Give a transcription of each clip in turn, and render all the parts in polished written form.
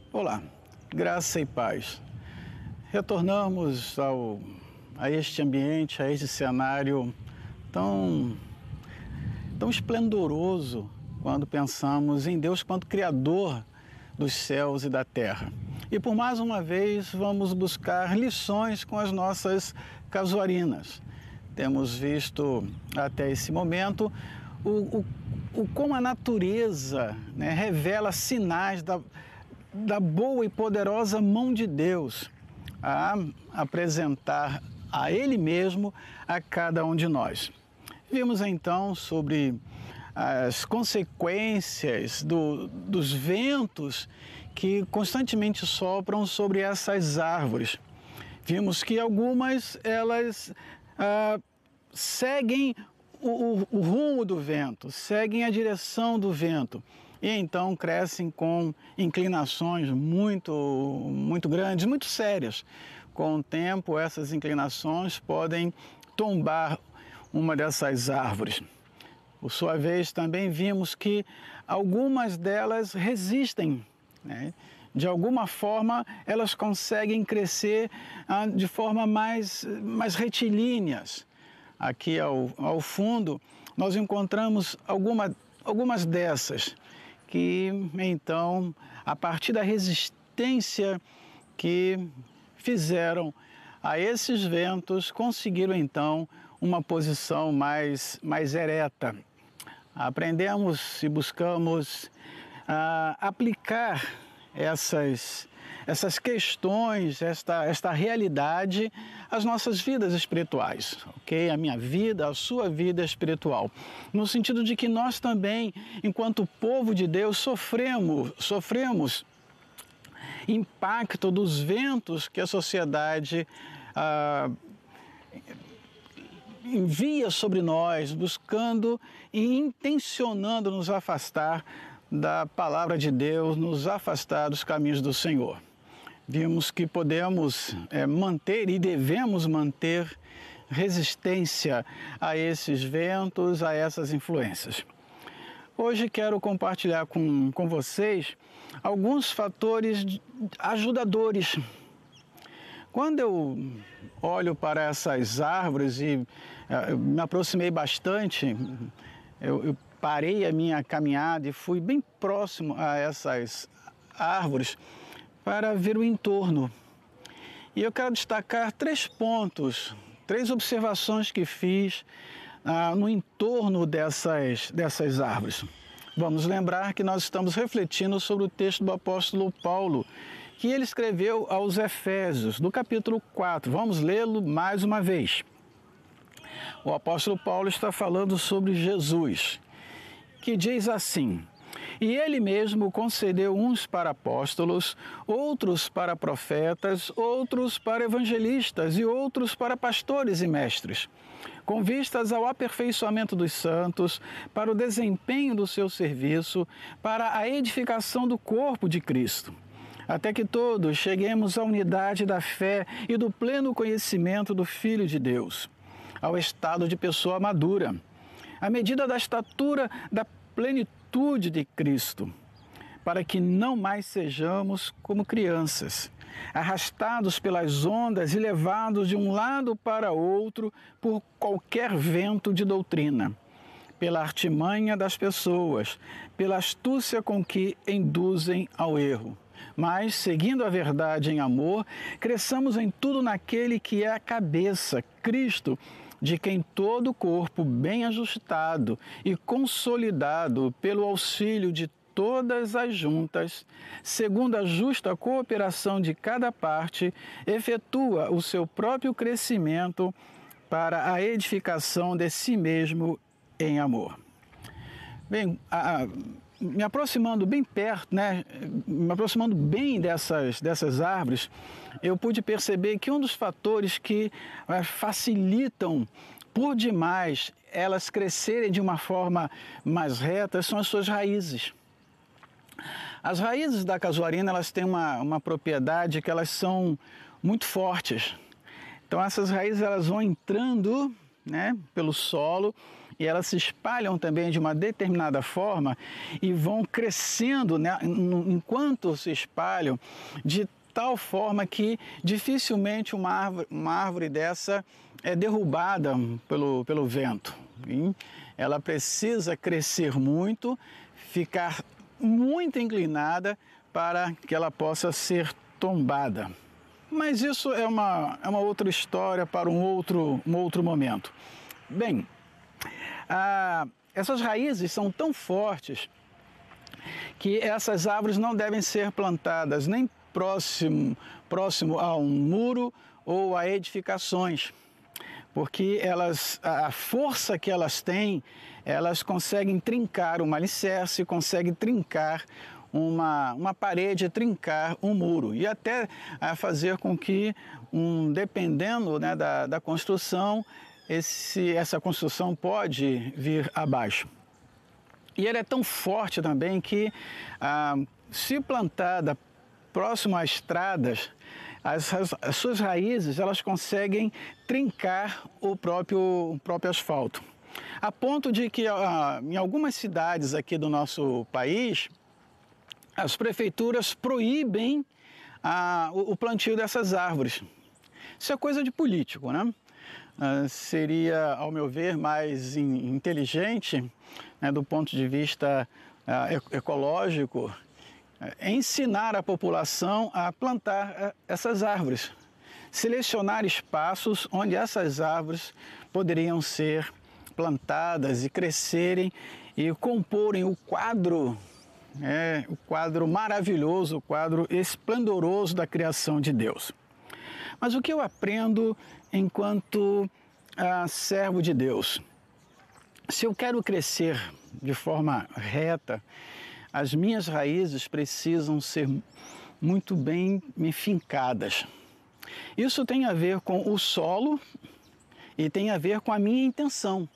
Olá, graça e paz. Retornamos a este ambiente, a este cenário tão esplendoroso quando pensamos em Deus quanto Criador dos céus e da terra. E por mais uma vez vamos buscar lições com as nossas casuarinas. Temos visto até esse momento como a natureza, né, revela sinais da boa e poderosa mão de Deus a apresentar a Ele mesmo a cada um de nós. Vimos então sobre as consequências dos ventos que constantemente sopram sobre essas árvores. Vimos que algumas elas seguem o rumo do vento, seguem a direção do vento e então crescem com inclinações muito grandes, muito sérias. Com o tempo, essas inclinações podem tombar uma dessas árvores. Por sua vez, também vimos que algumas delas resistem, né? De alguma forma, elas conseguem crescer de forma mais retilíneas. Aqui ao fundo, nós encontramos algumas dessas que, então, a partir da resistência que fizeram a esses ventos, conseguiram, então, uma posição mais ereta. Aprendemos e buscamos aplicar essas questões, esta realidade às nossas vidas espirituais, ok? A minha vida, a sua vida espiritual. No sentido de que nós também, enquanto povo de Deus, sofremos impacto dos ventos que a sociedade envia sobre nós, buscando e intencionando nos afastar da palavra de Deus, nos afastar dos caminhos do Senhor. Vimos que podemos manter e devemos manter resistência a esses ventos, a essas influências. Hoje quero compartilhar com vocês alguns fatores ajudadores. Quando eu olho para essas árvores e me aproximei bastante, eu parei a minha caminhada e fui bem próximo a essas árvores para ver o entorno. E eu quero destacar 3 pontos, 3 observações que fiz no entorno dessas árvores. Vamos lembrar que nós estamos refletindo sobre o texto do apóstolo Paulo, que ele escreveu aos Efésios, do capítulo 4. Vamos lê-lo mais uma vez. O apóstolo Paulo está falando sobre Jesus, que diz assim: e ele mesmo concedeu uns para apóstolos, outros para profetas, outros para evangelistas e outros para pastores e mestres, com vistas ao aperfeiçoamento dos santos, para o desempenho do seu serviço, para a edificação do corpo de Cristo, até que todos cheguemos à unidade da fé e do pleno conhecimento do Filho de Deus, ao estado de pessoa madura, à medida da estatura da plenitude de Cristo, para que não mais sejamos como crianças, arrastados pelas ondas e levados de um lado para outro por qualquer vento de doutrina, pela artimanha das pessoas, pela astúcia com que induzem ao erro. Mas, seguindo a verdade em amor, cresçamos em tudo naquele que é a cabeça, Cristo, de quem todo o corpo bem ajustado e consolidado pelo auxílio de todas as juntas, segundo a justa cooperação de cada parte, efetua o seu próprio crescimento para a edificação de si mesmo em amor. Bem, me aproximando bem perto, né, me aproximando bem dessas árvores, eu pude perceber que um dos fatores que facilitam por demais elas crescerem de uma forma mais reta são as suas raízes. As raízes da casuarina, elas têm uma propriedade que elas são muito fortes. Então essas raízes elas vão entrando, né, pelo solo e elas se espalham também de uma determinada forma e vão crescendo, né, enquanto se espalham, de tal forma que dificilmente uma árvore dessa é derrubada pelo vento. Hein? Ela precisa crescer muito, ficar muito inclinada para que ela possa ser tombada. Mas isso é uma outra história para um outro momento. Bem, essas raízes são tão fortes que essas árvores não devem ser plantadas nem próximo a um muro ou a edificações, porque a força que elas têm, elas conseguem trincar um alicerce, conseguem trincar uma parede, trincar um muro e até fazer com que, dependendo, né, da construção, essa construção pode vir abaixo. E ela é tão forte também que, se plantada próximo a estradas, as suas raízes elas conseguem trincar o próprio asfalto. A ponto de que, em algumas cidades aqui do nosso país, as prefeituras proíbem o plantio dessas árvores. Isso é coisa de político, né? Seria, ao meu ver, mais inteligente, né, do ponto de vista ecológico, ensinar a população a plantar essas árvores. Selecionar espaços onde essas árvores poderiam ser plantadas e crescerem e comporem o quadro maravilhoso, o quadro esplendoroso da criação de Deus. Mas o que eu aprendo enquanto servo de Deus? Se eu quero crescer de forma reta, as minhas raízes precisam ser muito bem fincadas. Isso tem a ver com o solo e tem a ver com a minha intenção.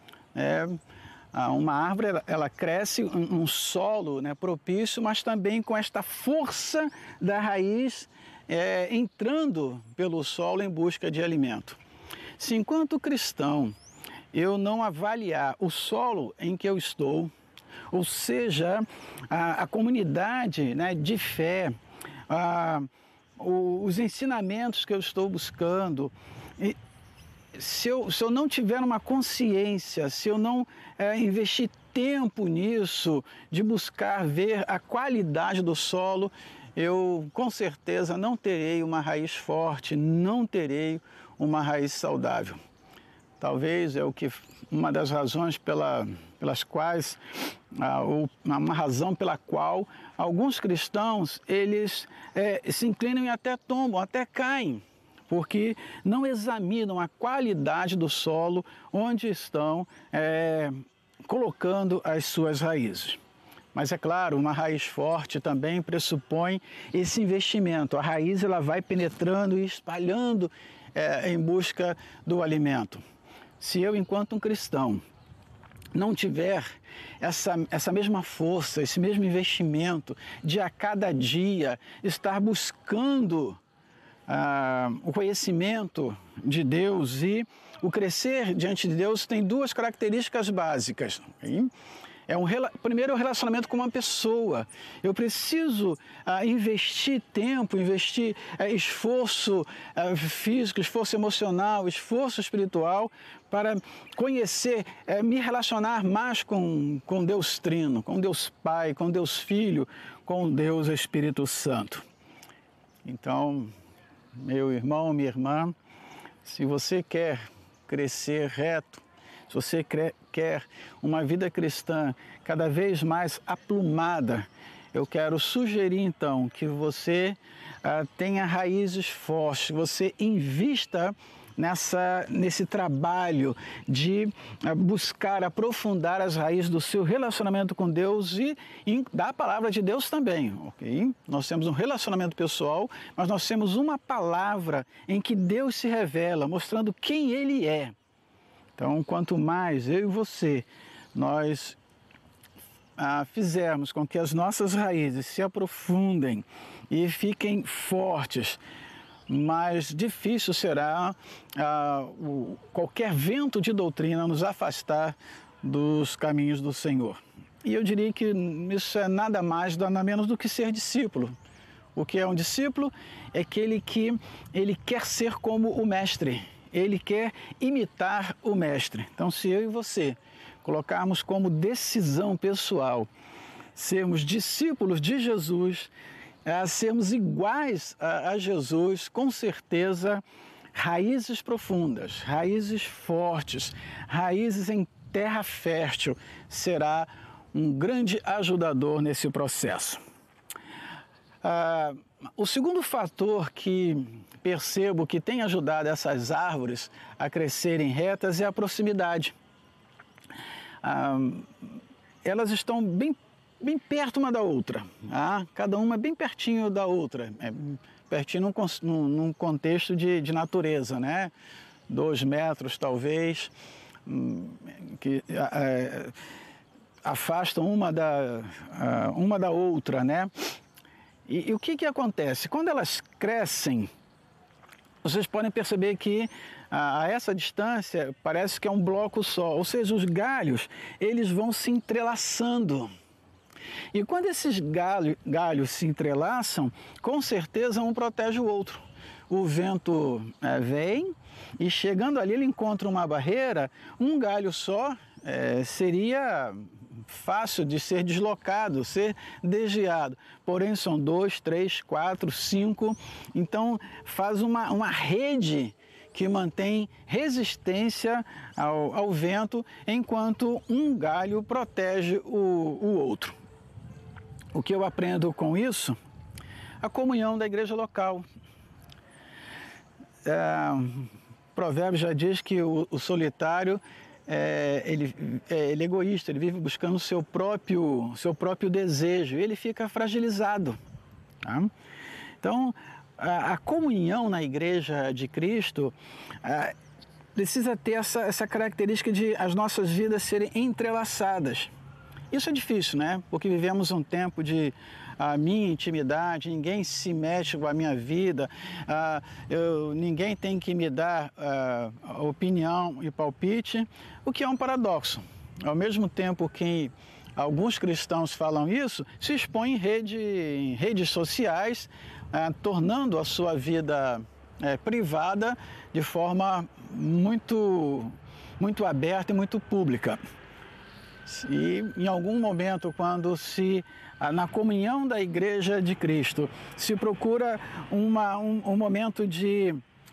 Uma árvore ela cresce em um solo, né, propício, mas também com esta força da raiz entrando pelo solo em busca de alimento. Se enquanto cristão eu não avaliar o solo em que eu estou, ou seja, a comunidade, né, de fé, os ensinamentos que eu estou buscando, se eu não tiver uma consciência, se eu não investir tempo nisso, de buscar ver a qualidade do solo, eu com certeza não terei uma raiz forte, não terei uma raiz saudável. Talvez uma das razões pelas quais, ou uma razão pela qual alguns cristãos eles se inclinam e até tombam, até caem, porque não examinam a qualidade do solo onde estão colocando as suas raízes. Mas é claro, uma raiz forte também pressupõe esse investimento. A raiz ela vai penetrando e espalhando em busca do alimento. Se eu, enquanto um cristão, não tiver essa mesma força, esse mesmo investimento de a cada dia estar buscando o conhecimento de Deus e o crescer diante de Deus, tem duas características básicas. Okay? Primeiro é o relacionamento com uma pessoa. Eu preciso investir tempo, investir esforço físico, esforço emocional, esforço espiritual para conhecer, me relacionar mais com Deus Trino, com Deus Pai, com Deus Filho, com Deus Espírito Santo. Então, meu irmão, minha irmã, se você quer crescer reto, se você quer uma vida cristã cada vez mais aplumada, eu quero sugerir então que você tenha raízes fortes, você invista nesse trabalho de buscar aprofundar as raízes do seu relacionamento com Deus e da palavra de Deus também, ok? Nós temos um relacionamento pessoal, mas nós temos uma palavra em que Deus se revela, mostrando quem Ele é. Então, quanto mais eu e você, nós fizermos com que as nossas raízes se aprofundem e fiquem fortes, mais difícil será qualquer vento de doutrina nos afastar dos caminhos do Senhor. E eu diria que isso é nada mais, nada menos do que ser discípulo. O que é um discípulo? É aquele que ele quer ser como o mestre, ele quer imitar o mestre. Então, se eu e você colocarmos como decisão pessoal sermos discípulos de Jesus, sermos iguais a Jesus, com certeza, raízes profundas, raízes fortes, raízes em terra fértil, será um grande ajudador nesse processo. O segundo fator que percebo que tem ajudado essas árvores a crescerem retas é a proximidade. Elas estão bem perto uma da outra, cada uma bem pertinho da outra, pertinho num contexto de natureza, né? 2 metros talvez, que afastam uma da outra, né? E o que acontece? Quando elas crescem, vocês podem perceber que a essa distância parece que é um bloco só, ou seja, os galhos eles vão se entrelaçando. E quando esses galhos se entrelaçam, com certeza um protege o outro. O vento vem e chegando ali ele encontra uma barreira, um galho só seria fácil de ser deslocado, ser desviado. Porém são 2, 3, 4, 5, então faz uma rede que mantém resistência ao vento, enquanto um galho protege o outro. O que eu aprendo com isso? A comunhão da igreja local. Provérbios já diz que o solitário ele é egoísta, ele vive buscando o seu próprio desejo, ele fica fragilizado. Tá? Então, a comunhão na igreja de Cristo precisa ter essa característica de as nossas vidas serem entrelaçadas. Isso é difícil, né? Porque vivemos um tempo de minha intimidade, ninguém se mexe com a minha vida, ninguém tem que me dar opinião e palpite, o que é um paradoxo. Ao mesmo tempo que alguns cristãos falam isso, se expõem em redes sociais, tornando a sua vida privada de forma muito aberta e muito pública. E em algum momento, quando na comunhão da Igreja de Cristo se procura um momento de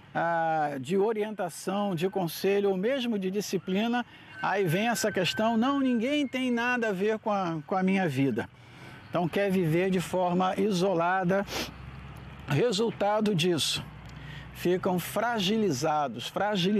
orientação, de conselho ou mesmo de disciplina, aí vem essa questão, não, ninguém tem nada a ver com a minha vida. Então quer viver de forma isolada, resultado disso, ficam fragilizadas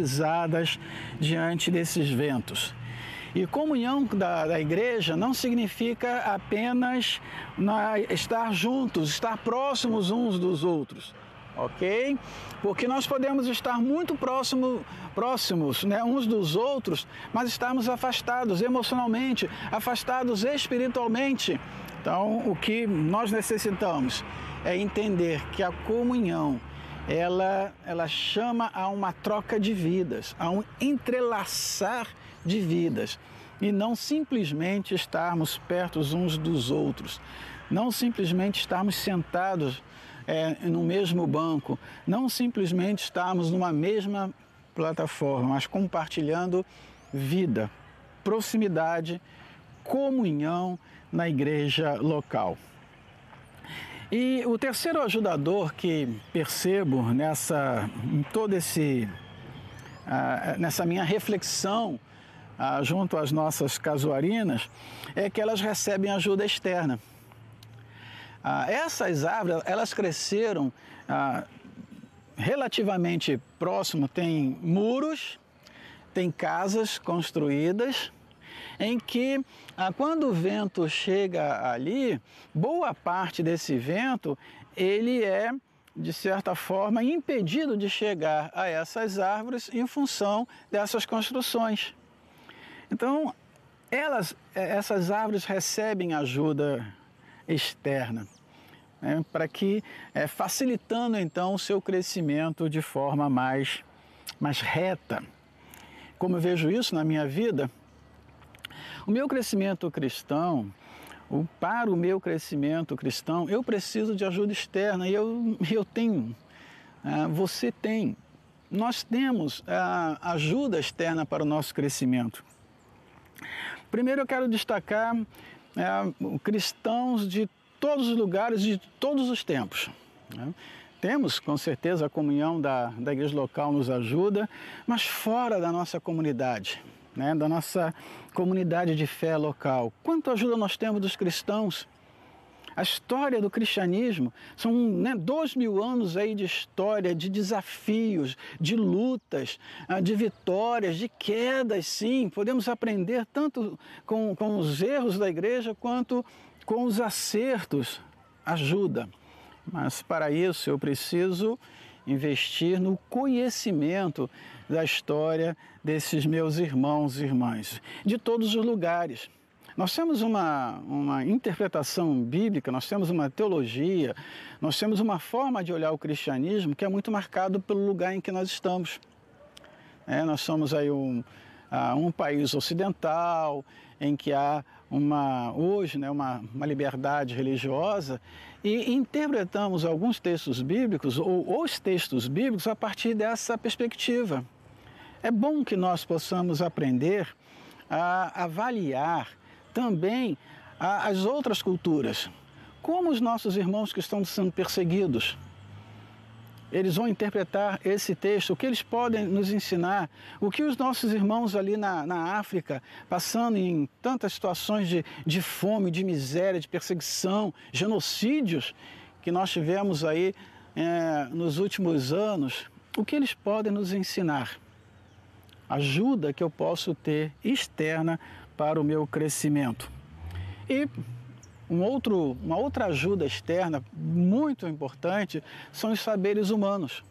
diante desses ventos. E comunhão da igreja não significa apenas estar juntos, estar próximos uns dos outros, ok? Porque nós podemos estar muito próximos, né, uns dos outros, mas estarmos afastados emocionalmente, afastados espiritualmente. Então, o que nós necessitamos é entender que a comunhão, ela chama a uma troca de vidas, a um entrelaçar de vidas, e não simplesmente estarmos perto uns dos outros, não simplesmente estarmos sentados no mesmo banco, não simplesmente estarmos numa mesma plataforma, mas compartilhando vida, proximidade, comunhão na igreja local. E o terceiro ajudador que percebo nessa minha reflexão junto às nossas casuarinas é que elas recebem ajuda externa. Essas árvores, elas cresceram relativamente próximo, tem muros, tem casas construídas, em que quando o vento chega ali, boa parte desse vento, ele é, de certa forma, impedido de chegar a essas árvores em função dessas construções. Então, essas árvores recebem ajuda externa. né, para que, facilitando então o seu crescimento de forma mais reta. Como eu vejo isso na minha vida, o meu crescimento cristão, para o meu crescimento cristão, eu preciso de ajuda externa e eu tenho, você tem, nós temos ajuda externa para o nosso crescimento. Primeiro eu quero destacar cristãos de todos os lugares, de todos os tempos, né? Temos, com certeza, a comunhão da igreja local nos ajuda, mas fora da nossa comunidade, né, da nossa comunidade de fé local. Quanta ajuda nós temos dos cristãos? A história do cristianismo são 2.000 anos aí de história, de desafios, de lutas, de vitórias, de quedas, sim. Podemos aprender tanto com os erros da igreja quanto com os acertos. Ajuda. Mas para isso eu preciso investir no conhecimento da história desses meus irmãos e irmãs, de todos os lugares. Nós temos uma interpretação bíblica, nós temos uma teologia, nós temos uma forma de olhar o cristianismo que é muito marcado pelo lugar em que nós estamos. Nós somos aí um país ocidental, em que há hoje uma liberdade religiosa, e interpretamos alguns textos bíblicos, ou os textos bíblicos, a partir dessa perspectiva. É bom que nós possamos aprender a avaliar também as outras culturas, como os nossos irmãos que estão sendo perseguidos. Eles vão interpretar esse texto, o que eles podem nos ensinar, o que os nossos irmãos ali na África, passando em tantas situações de fome, de miséria, de perseguição, genocídios que nós tivemos aí nos últimos anos, o que eles podem nos ensinar? Ajuda que eu posso ter externa para o meu crescimento. E uma outra ajuda externa muito importante são os saberes humanos.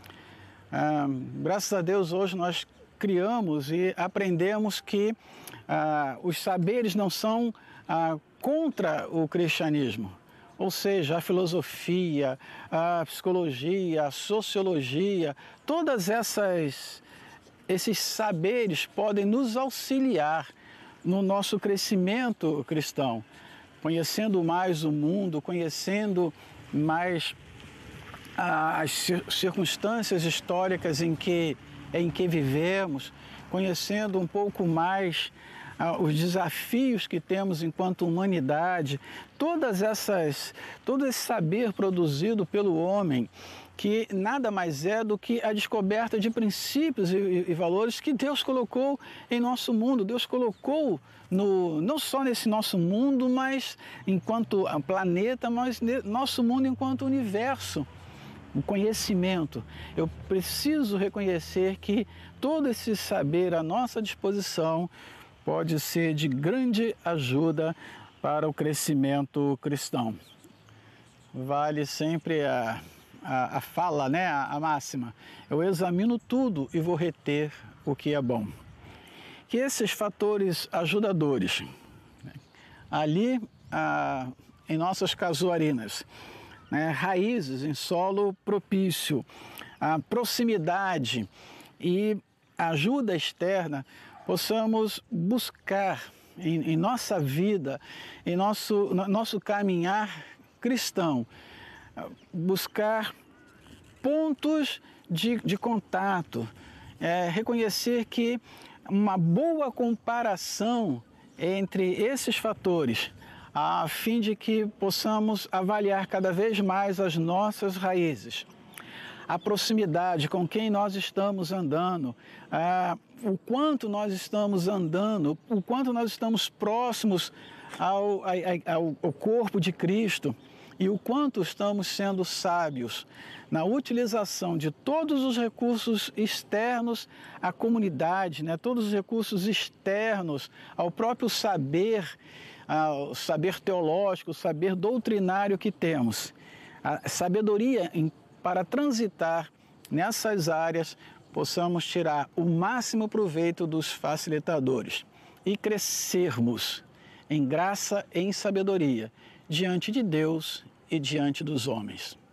Graças a Deus hoje nós criamos e aprendemos que os saberes não são contra o cristianismo. Ou seja, a filosofia, a psicologia, a sociologia, todas esses saberes podem nos auxiliar no nosso crescimento cristão. Conhecendo mais o mundo, conhecendo mais as circunstâncias históricas em que vivemos, conhecendo um pouco mais os desafios que temos enquanto humanidade, todo esse saber produzido pelo homem, que nada mais é do que a descoberta de princípios e valores que Deus colocou em nosso mundo. Deus colocou não só nesse nosso mundo, mas enquanto planeta, mas nosso mundo enquanto universo. O conhecimento. Eu preciso reconhecer que todo esse saber à nossa disposição pode ser de grande ajuda para o crescimento cristão. Vale sempre a fala, né? A máxima. Eu examino tudo e vou reter o que é bom. Que esses fatores ajudadores, ali em nossas casuarinas, raízes em solo propício, a proximidade e ajuda externa, possamos buscar em nossa vida, em nosso caminhar cristão, buscar pontos de contato, reconhecer que uma boa comparação entre esses fatores, a fim de que possamos avaliar cada vez mais as nossas raízes, a proximidade com quem nós estamos andando, o quanto nós estamos andando, o quanto nós estamos próximos ao corpo de Cristo e o quanto estamos sendo sábios na utilização de todos os recursos externos à comunidade, todos os recursos externos ao próprio saber, ao saber teológico, o saber doutrinário que temos. A sabedoria para transitar nessas áreas, possamos tirar o máximo proveito dos facilitadores e crescermos em graça e em sabedoria diante de Deus e diante dos homens.